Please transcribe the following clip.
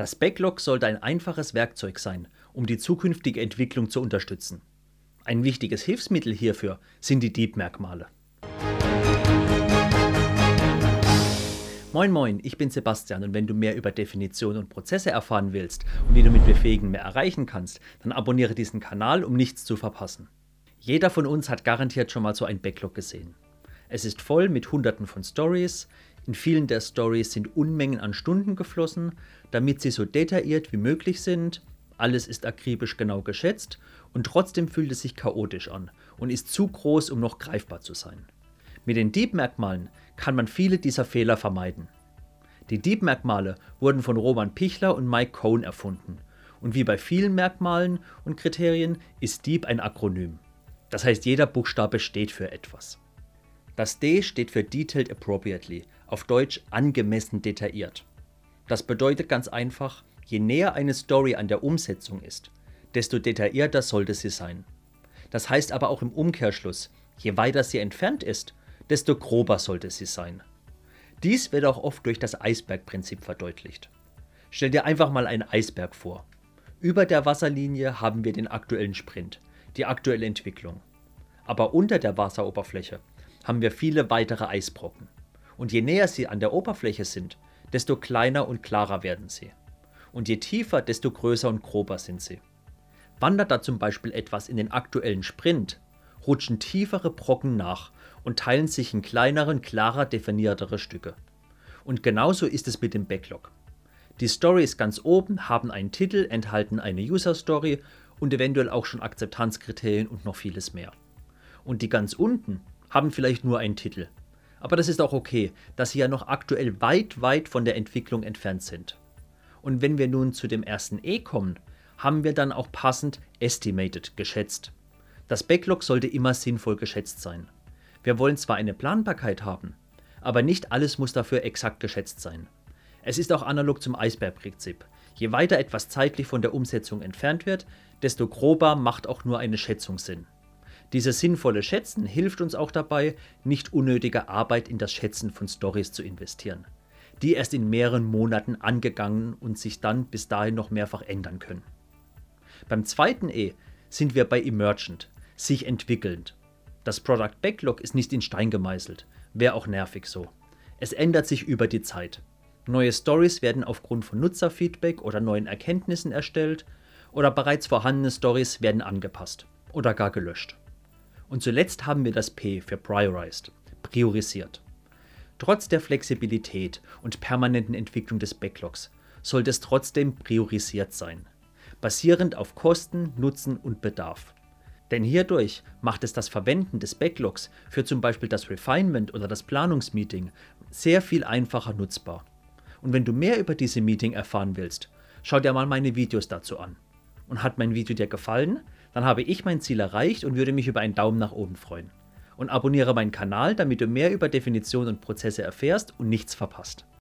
Das Backlog sollte ein einfaches Werkzeug sein, um die zukünftige Entwicklung zu unterstützen. Ein wichtiges Hilfsmittel hierfür sind die Deep-Merkmale. Moin moin, ich bin Sebastian und wenn du mehr über Definitionen und Prozesse erfahren willst und wie du mit Befähigen mehr erreichen kannst, dann abonniere diesen Kanal, um nichts zu verpassen. Jeder von uns hat garantiert schon mal so ein Backlog gesehen. Es ist voll mit Hunderten von Stories. In vielen der Stories sind Unmengen an Stunden geflossen, damit sie so detailliert wie möglich sind. Alles ist akribisch genau geschätzt und trotzdem fühlt es sich chaotisch an und ist zu groß, um noch greifbar zu sein. Mit den Deep-Merkmalen kann man viele dieser Fehler vermeiden. Die Deep-Merkmale wurden von Roman Pichler und Mike Cohn erfunden und wie bei vielen Merkmalen und Kriterien ist Deep ein Akronym. Das heißt, jeder Buchstabe steht für etwas. Das D steht für Detailed Appropriately, auf Deutsch angemessen detailliert. Das bedeutet ganz einfach, je näher eine Story an der Umsetzung ist, desto detaillierter sollte sie sein. Das heißt aber auch im Umkehrschluss, je weiter sie entfernt ist, desto grober sollte sie sein. Dies wird auch oft durch das Eisbergprinzip verdeutlicht. Stell dir einfach mal einen Eisberg vor. Über der Wasserlinie haben wir den aktuellen Sprint, die aktuelle Entwicklung. Aber unter der Wasseroberfläche haben wir viele weitere Eisbrocken. Und je näher sie an der Oberfläche sind, desto kleiner und klarer werden sie. Und je tiefer, desto größer und grober sind sie. Wandert da zum Beispiel etwas in den aktuellen Sprint, rutschen tiefere Brocken nach und teilen sich in kleinere, klarer definiertere Stücke. Und genauso ist es mit dem Backlog. Die Stories ganz oben haben einen Titel, enthalten eine User-Story und eventuell auch schon Akzeptanzkriterien und noch vieles mehr. Und die ganz unten haben vielleicht nur einen Titel. Aber das ist auch okay, da sie ja noch aktuell weit von der Entwicklung entfernt sind. Und wenn wir nun zu dem ersten E kommen, haben wir dann auch passend Estimated geschätzt. Das Backlog sollte immer sinnvoll geschätzt sein. Wir wollen zwar eine Planbarkeit haben, aber nicht alles muss dafür exakt geschätzt sein. Es ist auch analog zum Eisbergprinzip. Je weiter etwas zeitlich von der Umsetzung entfernt wird, desto grober macht auch nur eine Schätzung Sinn. Dieses sinnvolle Schätzen hilft uns auch dabei, nicht unnötige Arbeit in das Schätzen von Stories zu investieren, die erst in mehreren Monaten angegangen und sich dann bis dahin noch mehrfach ändern können. Beim zweiten E sind wir bei Emergent, sich entwickelnd. Das Product Backlog ist nicht in Stein gemeißelt, wäre auch nervig so. Es ändert sich über die Zeit. Neue Stories werden aufgrund von Nutzerfeedback oder neuen Erkenntnissen erstellt oder bereits vorhandene Stories werden angepasst oder gar gelöscht. Und zuletzt haben wir das P für Priorized, priorisiert. Trotz der Flexibilität und permanenten Entwicklung des Backlogs sollte es trotzdem priorisiert sein, basierend auf Kosten, Nutzen und Bedarf. Denn hierdurch macht es das Verwenden des Backlogs für zum Beispiel das Refinement oder das Planungsmeeting sehr viel einfacher nutzbar. Und wenn du mehr über diese Meeting erfahren willst, schau dir mal meine Videos dazu an. Und hat mein Video dir gefallen, dann habe ich mein Ziel erreicht und würde mich über einen Daumen nach oben freuen. Und abonniere meinen Kanal, damit du mehr über Definitionen und Prozesse erfährst und nichts verpasst.